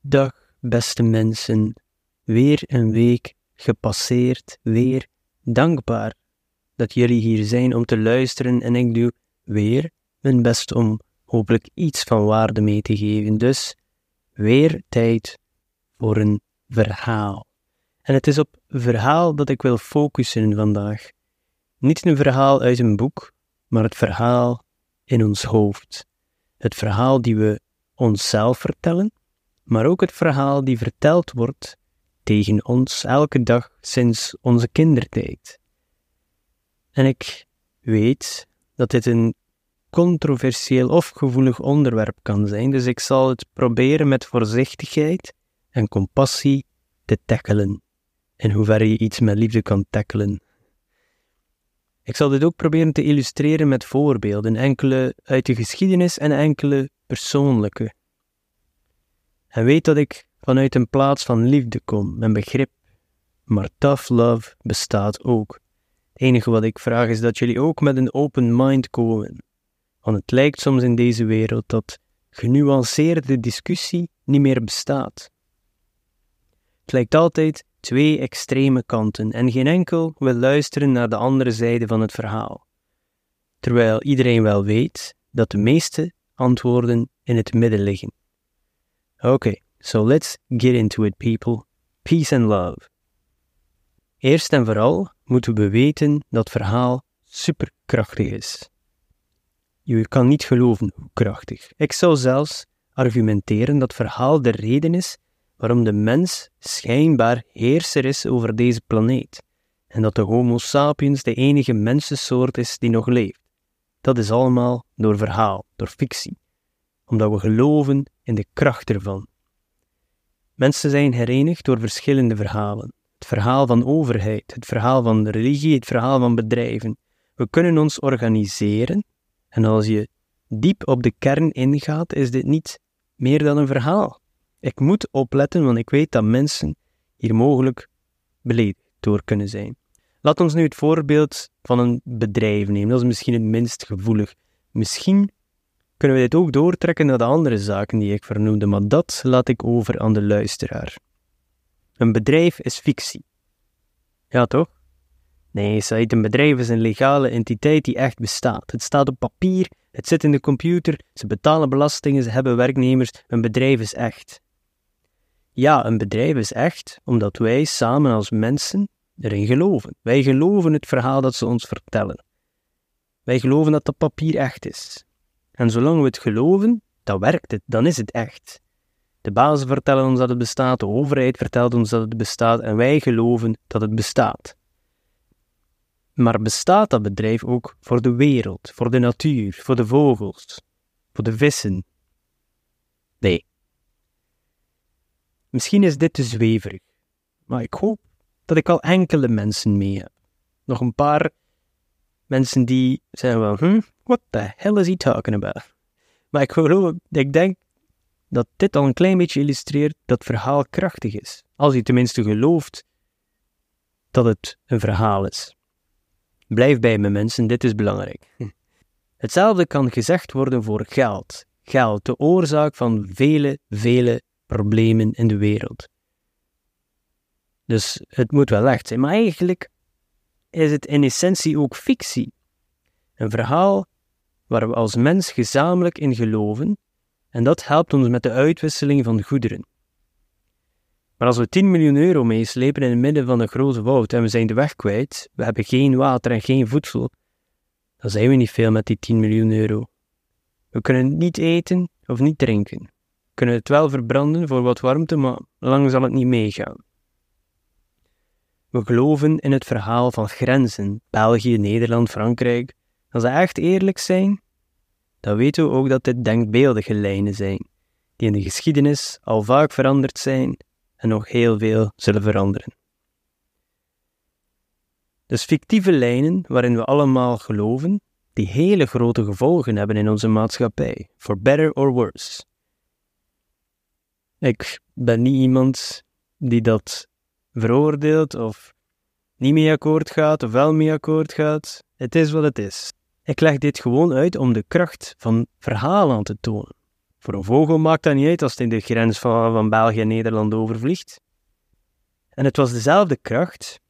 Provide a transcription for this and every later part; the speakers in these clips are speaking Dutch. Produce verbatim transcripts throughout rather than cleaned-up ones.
Dag, beste mensen. Weer een week gepasseerd, weer dankbaar dat jullie hier zijn om te luisteren en ik doe weer mijn best om hopelijk iets van waarde mee te geven. Dus weer tijd voor een verhaal. En het is op verhaal dat ik wil focussen vandaag. Niet een verhaal uit een boek, maar het verhaal in ons hoofd. Het verhaal die we onszelf vertellen, maar ook het verhaal die verteld wordt tegen ons elke dag sinds onze kindertijd. En ik weet dat dit een controversieel of gevoelig onderwerp kan zijn, dus ik zal het proberen met voorzichtigheid en compassie te tackelen. In hoeverre je iets met liefde kan tackelen. Ik zal dit ook proberen te illustreren met voorbeelden, enkele uit de geschiedenis en enkele persoonlijke. En weet dat ik vanuit een plaats van liefde kom en begrip, maar tough love bestaat ook. Het enige wat ik vraag is dat jullie ook met een open mind komen. Want het lijkt soms in deze wereld dat genuanceerde discussie niet meer bestaat. Het lijkt altijd twee extreme kanten en geen enkel wil luisteren naar de andere zijde van het verhaal. Terwijl iedereen wel weet dat de meeste antwoorden in het midden liggen. Oké, okay, so let's get into it, people. Peace and love. Eerst en vooral moeten we weten dat verhaal superkrachtig is. Je kan niet geloven hoe krachtig. Ik zou zelfs argumenteren dat verhaal de reden is waarom de mens schijnbaar heerser is over deze planeet en dat de Homo sapiens de enige mensensoort is die nog leeft. Dat is allemaal door verhaal, door fictie, omdat we geloven in de kracht ervan. Mensen zijn herenigd door verschillende verhalen. Het verhaal van overheid, het verhaal van de religie, het verhaal van bedrijven. We kunnen ons organiseren en als je diep op de kern ingaat, is dit niet meer dan een verhaal. Ik moet opletten, want ik weet dat mensen hier mogelijk beledigd door kunnen zijn. Laat ons nu het voorbeeld van een bedrijf nemen. Dat is misschien het minst gevoelig. Misschien kunnen we dit ook doortrekken naar de andere zaken die ik vernoemde, maar dat laat ik over aan de luisteraar. Een bedrijf is fictie. Ja, toch? Nee, Said, een bedrijf is een legale entiteit die echt bestaat. Het staat op papier, het zit in de computer, ze betalen belastingen, ze hebben werknemers. Een bedrijf is echt. Ja, een bedrijf is echt, omdat wij samen als mensen erin geloven. Wij geloven het verhaal dat ze ons vertellen. Wij geloven dat dat papier echt is. En zolang we het geloven, dan werkt het, dan is het echt. De bazen vertellen ons dat het bestaat, de overheid vertelt ons dat het bestaat en wij geloven dat het bestaat. Maar bestaat dat bedrijf ook voor de wereld, voor de natuur, voor de vogels, voor de vissen? Nee. Misschien is dit te zweverig, maar ik hoop dat ik al enkele mensen mee heb. Nog een paar mensen die zeggen wel, hm, what the hell is he talking about? Maar ik geloof, ik denk dat dit al een klein beetje illustreert dat verhaal krachtig is. Als je tenminste gelooft dat het een verhaal is. Blijf bij me, mensen, dit is belangrijk. Hetzelfde kan gezegd worden voor geld. Geld, de oorzaak van vele, vele problemen in de wereld. Dus het moet wel echt zijn, maar eigenlijk is het in essentie ook fictie. Een verhaal waar we als mens gezamenlijk in geloven en dat helpt ons met de uitwisseling van goederen. Maar als we tien miljoen euro meeslepen in het midden van een grote woud en we zijn de weg kwijt, we hebben geen water en geen voedsel, dan zijn we niet veel met die tien miljoen euro. We kunnen niet eten of niet drinken. We kunnen het wel verbranden voor wat warmte, maar lang zal het niet meegaan. We geloven in het verhaal van grenzen, België, Nederland, Frankrijk. Als we echt eerlijk zijn, dan weten we ook dat dit denkbeeldige lijnen zijn, die in de geschiedenis al vaak veranderd zijn en nog heel veel zullen veranderen. Dus fictieve lijnen waarin we allemaal geloven, die hele grote gevolgen hebben in onze maatschappij, for better or worse. Ik ben niet iemand die dat veroordeelt of niet mee akkoord gaat of wel mee akkoord gaat. Het is wat het is. Ik leg dit gewoon uit om de kracht van verhaal aan te tonen. Voor een vogel maakt dat niet uit als hij de grens van, van België en Nederland overvliegt. En het was dezelfde kracht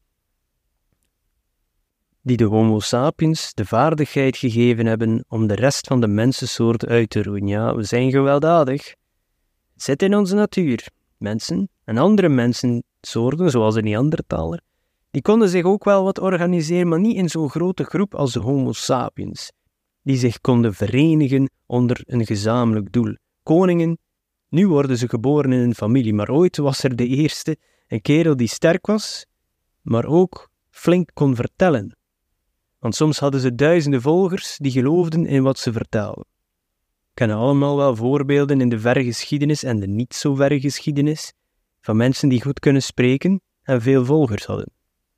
die de homo sapiens de vaardigheid gegeven hebben om de rest van de mensensoort uit te roeien. Ja, we zijn gewelddadig. Het zit in onze natuur. Mensen en andere mensensoorten, zoals de Neandertaler, die konden zich ook wel wat organiseren, maar niet in zo'n grote groep als de homo sapiens, die zich konden verenigen onder een gezamenlijk doel. Koningen, nu worden ze geboren in een familie, maar ooit was er de eerste, een kerel die sterk was, maar ook flink kon vertellen. Want soms hadden ze duizenden volgers die geloofden in wat ze vertelden. We kennen allemaal wel voorbeelden in de verre geschiedenis en de niet zo verre geschiedenis van mensen die goed kunnen spreken en veel volgers hadden.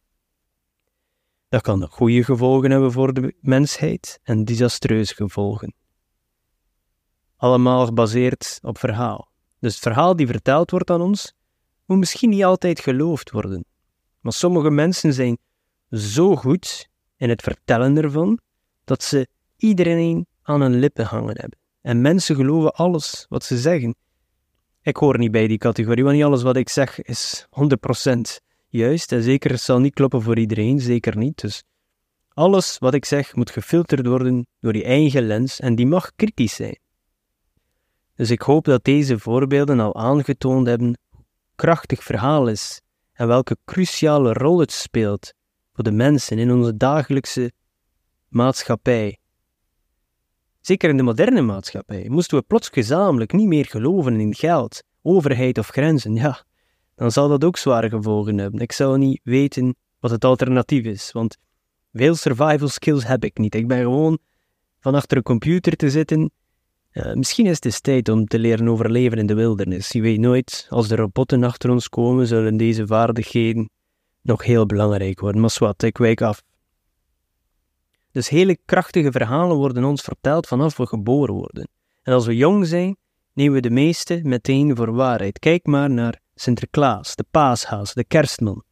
Dat kan goede gevolgen hebben voor de mensheid en desastreuze gevolgen. Allemaal gebaseerd op verhaal. Dus het verhaal die verteld wordt aan ons, moet misschien niet altijd geloofd worden. Maar sommige mensen zijn zo goed in het vertellen ervan, dat ze iedereen aan hun lippen hangen hebben. En mensen geloven alles wat ze zeggen. Ik hoor niet bij die categorie, want niet alles wat ik zeg is honderd procent juist. En zeker, het zal niet kloppen voor iedereen, zeker niet. Dus alles wat ik zeg moet gefilterd worden door je eigen lens en die mag kritisch zijn. Dus ik hoop dat deze voorbeelden al aangetoond hebben hoe krachtig verhaal is en welke cruciale rol het speelt voor de mensen in onze dagelijkse maatschappij. Zeker in de moderne maatschappij moesten we plots gezamenlijk niet meer geloven in geld, overheid of grenzen. Ja, dan zal dat ook zware gevolgen hebben. Ik zou niet weten wat het alternatief is, want veel survival skills heb ik niet. Ik ben gewoon van achter een computer te zitten. Uh, misschien is het eens tijd om te leren overleven in de wildernis. Je weet nooit, als de robotten achter ons komen, zullen deze vaardigheden nog heel belangrijk worden. Maar zwart, ik wijk af. Dus hele krachtige verhalen worden ons verteld vanaf we geboren worden. En als we jong zijn, nemen we de meeste meteen voor waarheid. Kijk maar naar Sinterklaas, de paashaas, de kerstman.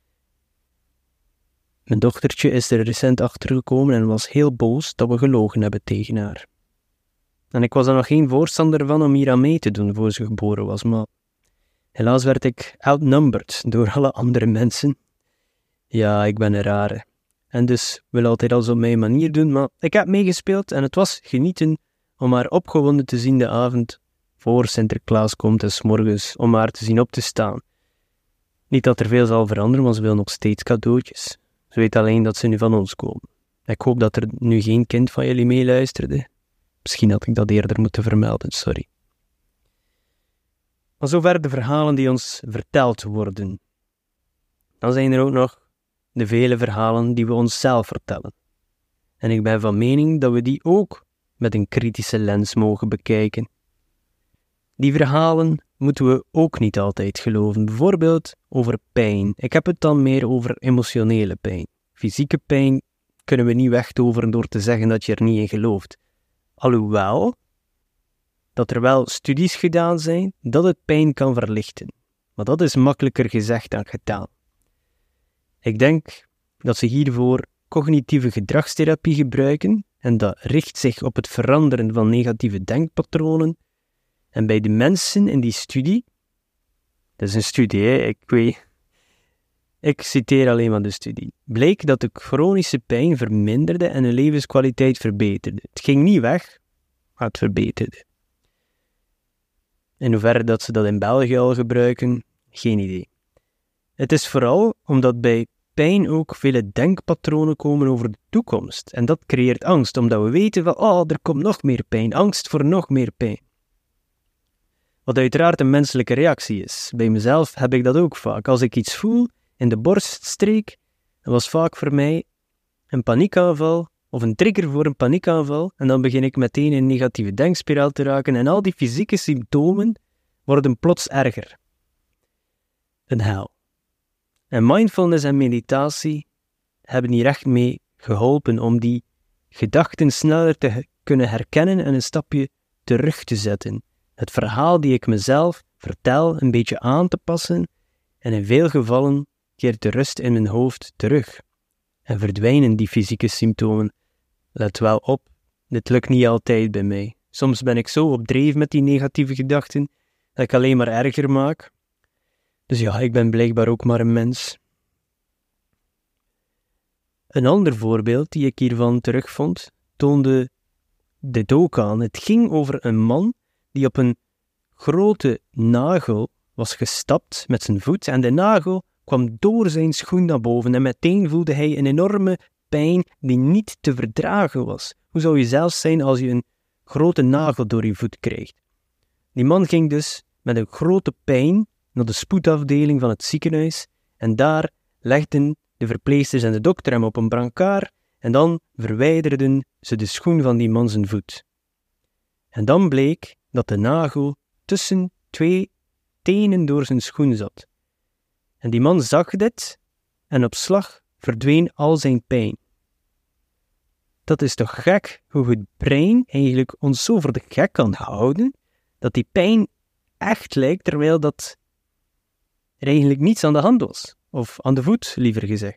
Mijn dochtertje is er recent achtergekomen en was heel boos dat we gelogen hebben tegen haar. En ik was er nog geen voorstander van om hier aan mee te doen voor ze geboren was, maar helaas werd ik outnumbered door alle andere mensen. Ja, ik ben een rare. En dus wil altijd alles op mijn manier doen, maar ik heb meegespeeld en het was genieten om haar opgewonden te zien de avond voor Sinterklaas komt en 's morgens om haar te zien op te staan. Niet dat er veel zal veranderen, want ze wil nog steeds cadeautjes. Ze weet alleen dat ze nu van ons komen. Ik hoop dat er nu geen kind van jullie meeluisterde. Misschien had ik dat eerder moeten vermelden, sorry. Maar zover de verhalen die ons verteld worden. Dan zijn er ook nog de vele verhalen die we onszelf vertellen. En ik ben van mening dat we die ook met een kritische lens mogen bekijken. Die verhalen moeten we ook niet altijd geloven. Bijvoorbeeld over pijn. Ik heb het dan meer over emotionele pijn. Fysieke pijn kunnen we niet wegtoveren door te zeggen dat je er niet in gelooft. Alhoewel dat er wel studies gedaan zijn dat het pijn kan verlichten. Maar dat is makkelijker gezegd dan gedaan. Ik denk dat ze hiervoor cognitieve gedragstherapie gebruiken en dat richt zich op het veranderen van negatieve denkpatronen. En bij de mensen in die studie, dat is een studie, hè, ik weet, ik citeer alleen maar de studie, bleek dat de chronische pijn verminderde en hun levenskwaliteit verbeterde. Het ging niet weg, maar het verbeterde. In hoeverre dat ze dat in België al gebruiken, geen idee. Het is vooral omdat bij pijn ook vele denkpatronen komen over de toekomst. En dat creëert angst, omdat we weten van, oh, er komt nog meer pijn, angst voor nog meer pijn. Wat uiteraard een menselijke reactie is. Bij mezelf heb ik dat ook vaak. Als ik iets voel in de borststreek, dat was vaak voor mij een paniekaanval of een trigger voor een paniekaanval en dan begin ik meteen in een negatieve denkspiraal te raken en al die fysieke symptomen worden plots erger. Een hel. En mindfulness en meditatie hebben hier echt mee geholpen om die gedachten sneller te kunnen herkennen en een stapje terug te zetten. Het verhaal die ik mezelf vertel een beetje aan te passen en in veel gevallen keert de rust in mijn hoofd terug. En verdwijnen die fysieke symptomen. Let wel op, dit lukt niet altijd bij mij. Soms ben ik zo op dreef met die negatieve gedachten, dat ik alleen maar erger maak. Dus ja, ik ben blijkbaar ook maar een mens. Een ander voorbeeld die ik hiervan terugvond, toonde dit ook aan. Het ging over een man die op een grote nagel was gestapt met zijn voet en de nagel kwam door zijn schoen naar boven en meteen voelde hij een enorme pijn die niet te verdragen was. Hoe zou je zelfs zijn als je een grote nagel door je voet krijgt? Die man ging dus met een grote pijn naar de spoedafdeling van het ziekenhuis en daar legden de verpleegsters en de dokter hem op een brancard en dan verwijderden ze de schoen van die man zijn voet. En dan bleek dat de nagel tussen twee tenen door zijn schoen zat. En die man zag dit en op slag verdween al zijn pijn. Dat is toch gek hoe het brein eigenlijk ons zo voor de gek kan houden, dat die pijn echt lijkt, terwijl dat er eigenlijk niets aan de hand was. Of aan de voet, liever gezegd.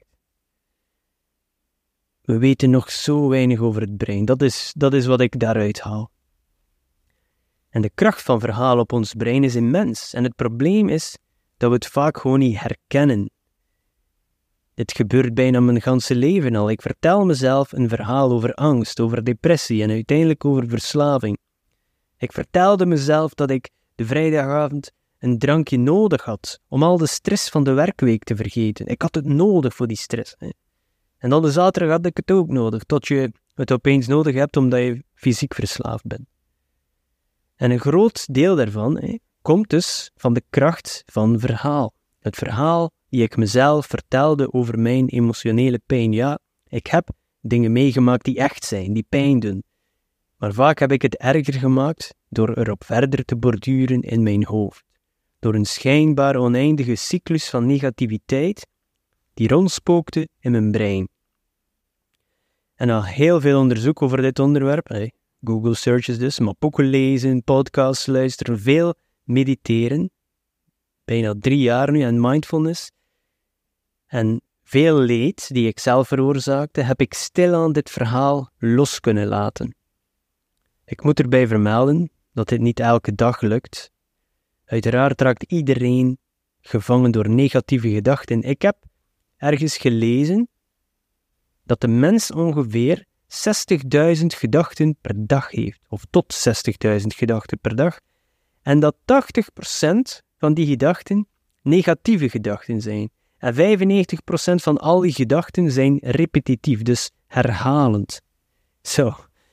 We weten nog zo weinig over het brein. Dat is, dat is wat ik daaruit haal. En de kracht van verhalen op ons brein is immens. En het probleem is dat we het vaak gewoon niet herkennen. Dit gebeurt bijna mijn ganse leven al. Ik vertel mezelf een verhaal over angst, over depressie en uiteindelijk over verslaving. Ik vertelde mezelf dat ik de vrijdagavond een drankje nodig had om al de stress van de werkweek te vergeten. Ik had het nodig voor die stress. Hè. En dan de zaterdag had ik het ook nodig, tot je het opeens nodig hebt omdat je fysiek verslaafd bent. En een groot deel daarvan hè, komt dus van de kracht van verhaal. Het verhaal die ik mezelf vertelde over mijn emotionele pijn. Ja, ik heb dingen meegemaakt die echt zijn, die pijn doen. Maar vaak heb ik het erger gemaakt door erop verder te borduren in mijn hoofd. Door een schijnbaar oneindige cyclus van negativiteit die rondspookte in mijn brein. En na heel veel onderzoek over dit onderwerp, hey, Google searches dus, maar boeken lezen, podcasts luisteren, veel mediteren, bijna drie jaar nu aan mindfulness, en veel leed die ik zelf veroorzaakte, heb ik stilaan dit verhaal los kunnen laten. Ik moet erbij vermelden dat dit niet elke dag lukt. Uiteraard raakt iedereen gevangen door negatieve gedachten. Ik heb ergens gelezen dat de mens ongeveer zestigduizend gedachten per dag heeft, of tot zestigduizend gedachten per dag, en dat tachtig procent van die gedachten negatieve gedachten zijn. En vijfennegentig procent van al die gedachten zijn repetitief, dus herhalend. Zo.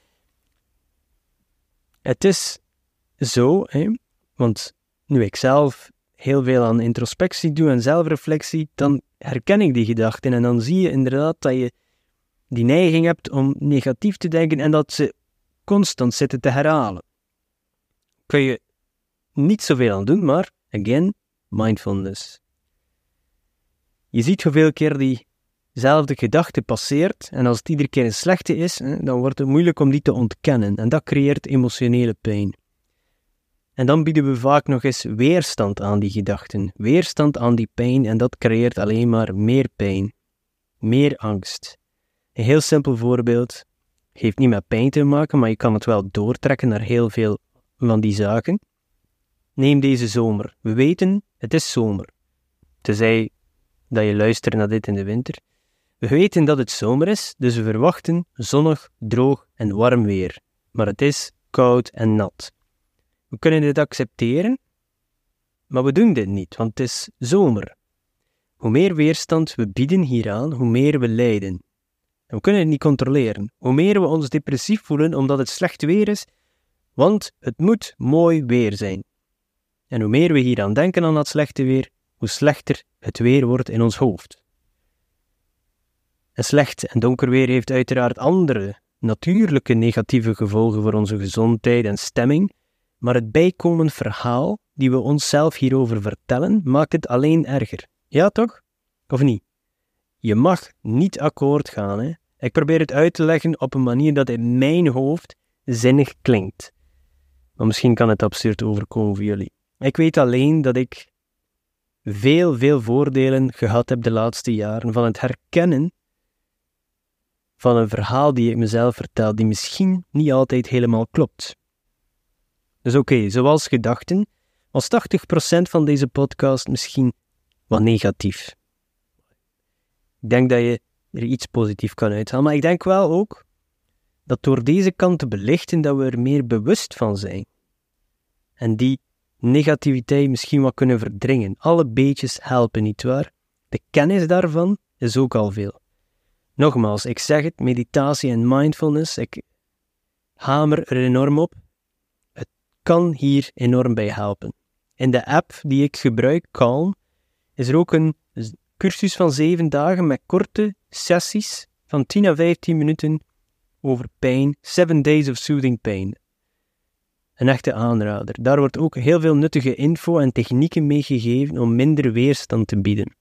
Het is zo, hè, want nu ik zelf heel veel aan introspectie doe en zelfreflectie, dan herken ik die gedachten en dan zie je inderdaad dat je die neiging hebt om negatief te denken en dat ze constant zitten te herhalen. Kun je niet zoveel aan doen, maar, again, mindfulness. Je ziet hoeveel keer diezelfde gedachte passeert en als het iedere keer een slechte is, dan wordt het moeilijk om die te ontkennen en dat creëert emotionele pijn. En dan bieden we vaak nog eens weerstand aan die gedachten, weerstand aan die pijn en dat creëert alleen maar meer pijn, meer angst. Een heel simpel voorbeeld, heeft niet met pijn te maken, maar je kan het wel doortrekken naar heel veel van die zaken. Neem deze zomer. We weten, het is zomer. Tenzij dat je luistert naar dit in de winter. We weten dat het zomer is, dus we verwachten zonnig, droog en warm weer. Maar het is koud en nat. We kunnen dit accepteren, maar we doen dit niet, want het is zomer. Hoe meer weerstand we bieden hieraan, hoe meer we lijden. En we kunnen het niet controleren. Hoe meer we ons depressief voelen omdat het slecht weer is, want het moet mooi weer zijn. En hoe meer we hieraan denken aan dat slechte weer, hoe slechter het weer wordt in ons hoofd. En slecht en donker weer heeft uiteraard andere, natuurlijke negatieve gevolgen voor onze gezondheid en stemming, maar het bijkomend verhaal die we onszelf hierover vertellen, maakt het alleen erger. Ja, toch? Of niet? Je mag niet akkoord gaan, hè? Ik probeer het uit te leggen op een manier dat in mijn hoofd zinnig klinkt. Maar misschien kan het absurd overkomen voor jullie. Ik weet alleen dat ik veel, veel voordelen gehad heb de laatste jaren van het herkennen van een verhaal die ik mezelf vertel, die misschien niet altijd helemaal klopt. Dus oké, okay, zoals gedachten, was tachtig procent van deze podcast misschien wat negatief. Ik denk dat je er iets positiefs kan uithalen, maar ik denk wel ook dat door deze kant te belichten, dat we er meer bewust van zijn. En die negativiteit misschien wat kunnen verdringen. Alle beetjes helpen, nietwaar? De kennis daarvan is ook al veel. Nogmaals, ik zeg het, meditatie en mindfulness, ik hamer er enorm op. Het kan hier enorm bij helpen. In de app die ik gebruik, Calm, is er ook een cursus van zeven dagen met korte sessies van tien à vijftien minuten over pijn. Seven Days of Soothing Pain. Een echte aanrader. Daar wordt ook heel veel nuttige info en technieken meegegeven om minder weerstand te bieden.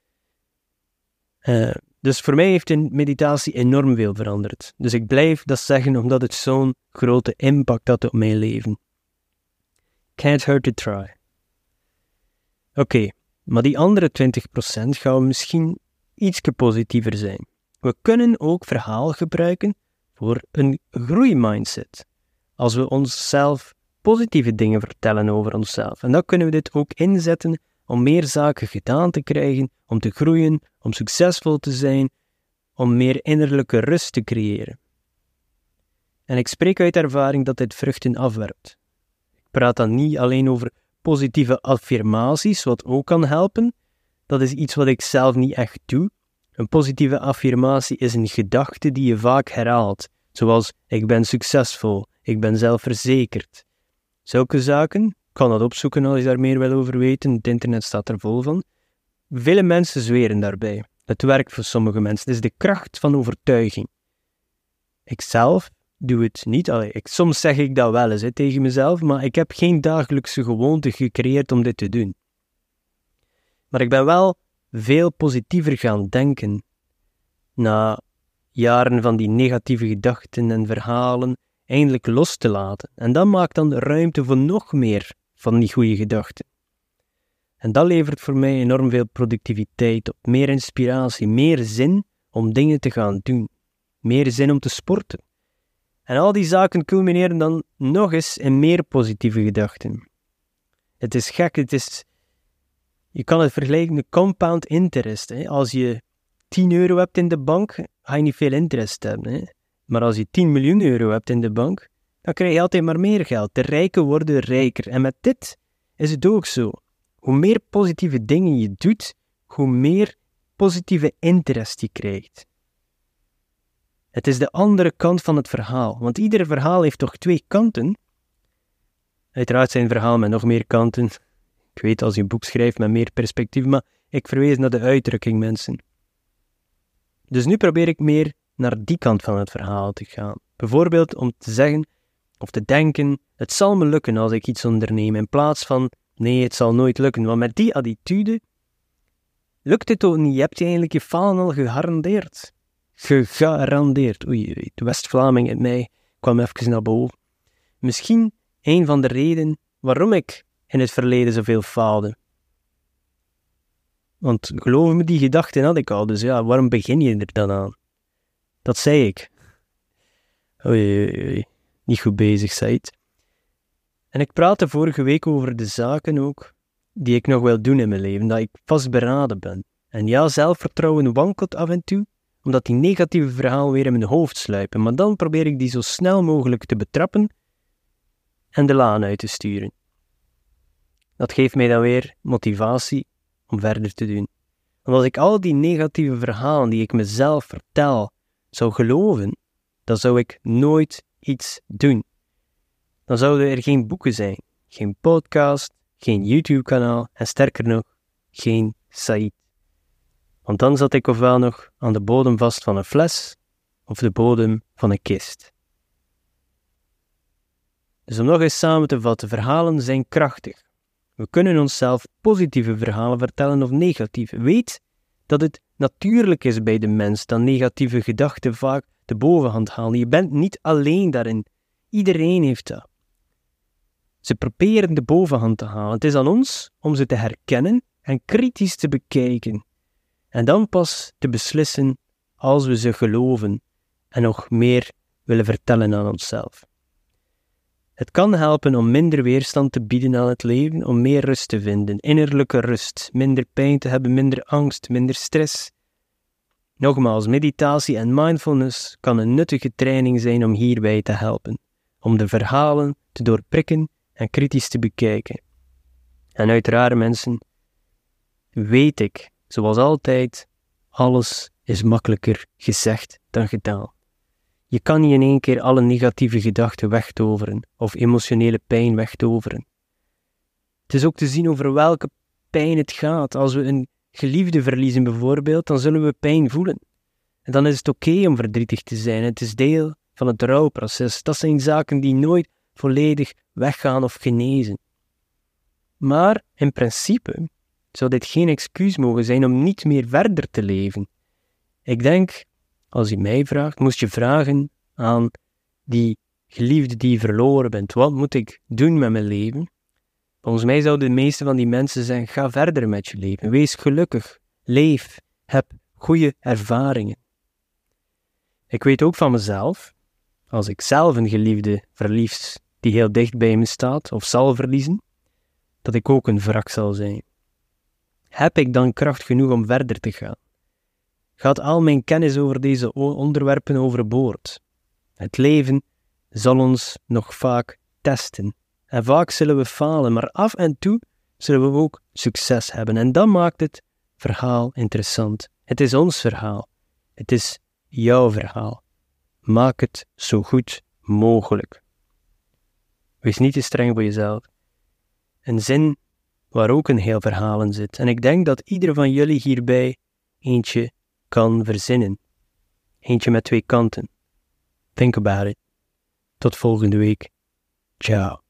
Uh, dus voor mij heeft de meditatie enorm veel veranderd. Dus ik blijf dat zeggen omdat het zo'n grote impact had op mijn leven. Can't hurt to try. Oké, okay, maar die andere twintig procent gaan we misschien iets positiever zijn. We kunnen ook verhaal gebruiken voor een groeimindset. Als we onszelf positieve dingen vertellen over onszelf. En dan kunnen we dit ook inzetten om meer zaken gedaan te krijgen, om te groeien, om succesvol te zijn, om meer innerlijke rust te creëren. En ik spreek uit ervaring dat dit vruchten afwerpt. Ik praat dan niet alleen over positieve affirmaties, wat ook kan helpen. Dat is iets wat ik zelf niet echt doe. Een positieve affirmatie is een gedachte die je vaak herhaalt, zoals ik ben succesvol, ik ben zelfverzekerd. Zulke zaken, kan dat opzoeken als je daar meer wil over weten, het internet staat er vol van. Vele mensen zweren daarbij. Het werkt voor sommige mensen, het is de kracht van overtuiging. Ik zelf doe het niet, allee, ik, soms zeg ik dat wel eens he, tegen mezelf, maar ik heb geen dagelijkse gewoonte gecreëerd om dit te doen. Maar ik ben wel veel positiever gaan denken, na jaren van die negatieve gedachten en verhalen, eindelijk los te laten. En dat maakt dan ruimte voor nog meer van die goede gedachten. En dat levert voor mij enorm veel productiviteit op, meer inspiratie, meer zin om dingen te gaan doen, meer zin om te sporten. En al die zaken culmineren dan nog eens in meer positieve gedachten. Het is gek, het is... Je kan het vergelijken met compound interest. Hè. Als je tien euro hebt in de bank, ga je niet veel interest hebben. Hè. Maar als je tien miljoen euro hebt in de bank, dan krijg je altijd maar meer geld. De rijken worden rijker. En met dit is het ook zo. Hoe meer positieve dingen je doet, hoe meer positieve interest je krijgt. Het is de andere kant van het verhaal. Want ieder verhaal heeft toch twee kanten? Uiteraard zijn verhalen met nog meer kanten. Ik weet als je een boek schrijft met meer perspectief, maar ik verwees naar de uitdrukking, mensen. Dus nu probeer ik meer naar die kant van het verhaal te gaan. Bijvoorbeeld om te zeggen of te denken, het zal me lukken als ik iets onderneem, in plaats van, nee, het zal nooit lukken. Want met die attitude lukt het ook niet. Je hebt eigenlijk je falen al gegarandeerd. Gegarandeerd. Oei, oei, de West-Vlaming in mij kwam even naar boven. Misschien een van de redenen waarom ik in het verleden zoveel faalde. Want geloof me, die gedachten had ik al, dus ja, waarom begin je er dan aan? Dat zei ik. Oei, oei, oei. Niet goed bezig, Said. En ik praatte vorige week over de zaken ook, die ik nog wil doen in mijn leven, dat ik vastberaden ben. En ja, zelfvertrouwen wankelt af en toe, omdat die negatieve verhalen weer in mijn hoofd sluipen, maar dan probeer ik die zo snel mogelijk te betrappen en de laan uit te sturen. Dat geeft mij dan weer motivatie om verder te doen. Want als ik al die negatieve verhalen die ik mezelf vertel zou geloven, dan zou ik nooit iets doen. Dan zouden er geen boeken zijn, geen podcast, geen YouTube-kanaal en sterker nog, geen Said. Want dan zat ik ofwel nog aan de bodem vast van een fles, of de bodem van een kist. Dus om nog eens samen te vatten, verhalen zijn krachtig. We kunnen onszelf positieve verhalen vertellen of negatieve. Weet dat het natuurlijk is bij de mens dat negatieve gedachten vaak de bovenhand halen. Je bent niet alleen daarin. Iedereen heeft dat. Ze proberen de bovenhand te halen. Het is aan ons om ze te herkennen en kritisch te bekijken. En dan pas te beslissen als we ze geloven en nog meer willen vertellen aan onszelf. Het kan helpen om minder weerstand te bieden aan het leven, om meer rust te vinden, innerlijke rust, minder pijn te hebben, minder angst, minder stress. Nogmaals, meditatie en mindfulness kan een nuttige training zijn om hierbij te helpen, om de verhalen te doorprikken en kritisch te bekijken. En uiteraard, mensen, weet ik, zoals altijd, alles is makkelijker gezegd dan gedaan. Je kan niet in één keer alle negatieve gedachten wegtoveren of emotionele pijn wegtoveren. Het is ook te zien over welke pijn het gaat. Als we een geliefde verliezen bijvoorbeeld, dan zullen we pijn voelen. En dan is het oké om verdrietig te zijn. Het is deel van het rouwproces. Dat zijn zaken die nooit volledig weggaan of genezen. Maar in principe zou dit geen excuus mogen zijn om niet meer verder te leven. Ik denk, als je mij vraagt, moest je vragen aan die geliefde die je verloren bent. Wat moet ik doen met mijn leven? Volgens mij zouden de meeste van die mensen zeggen, ga verder met je leven. Wees gelukkig. Leef. Heb goede ervaringen. Ik weet ook van mezelf, als ik zelf een geliefde verlies die heel dicht bij me staat of zal verliezen, dat ik ook een wrak zal zijn. Heb ik dan kracht genoeg om verder te gaan? Gaat al mijn kennis over deze onderwerpen overboord? Het leven zal ons nog vaak testen. En vaak zullen we falen, maar af en toe zullen we ook succes hebben. En dat maakt het verhaal interessant. Het is ons verhaal. Het is jouw verhaal. Maak het zo goed mogelijk. Wees niet te streng voor jezelf. Een zin waar ook een heel verhaal in zit. En ik denk dat ieder van jullie hierbij eentje kan verzinnen. Eentje met twee kanten. Think about it. Tot volgende week. Ciao.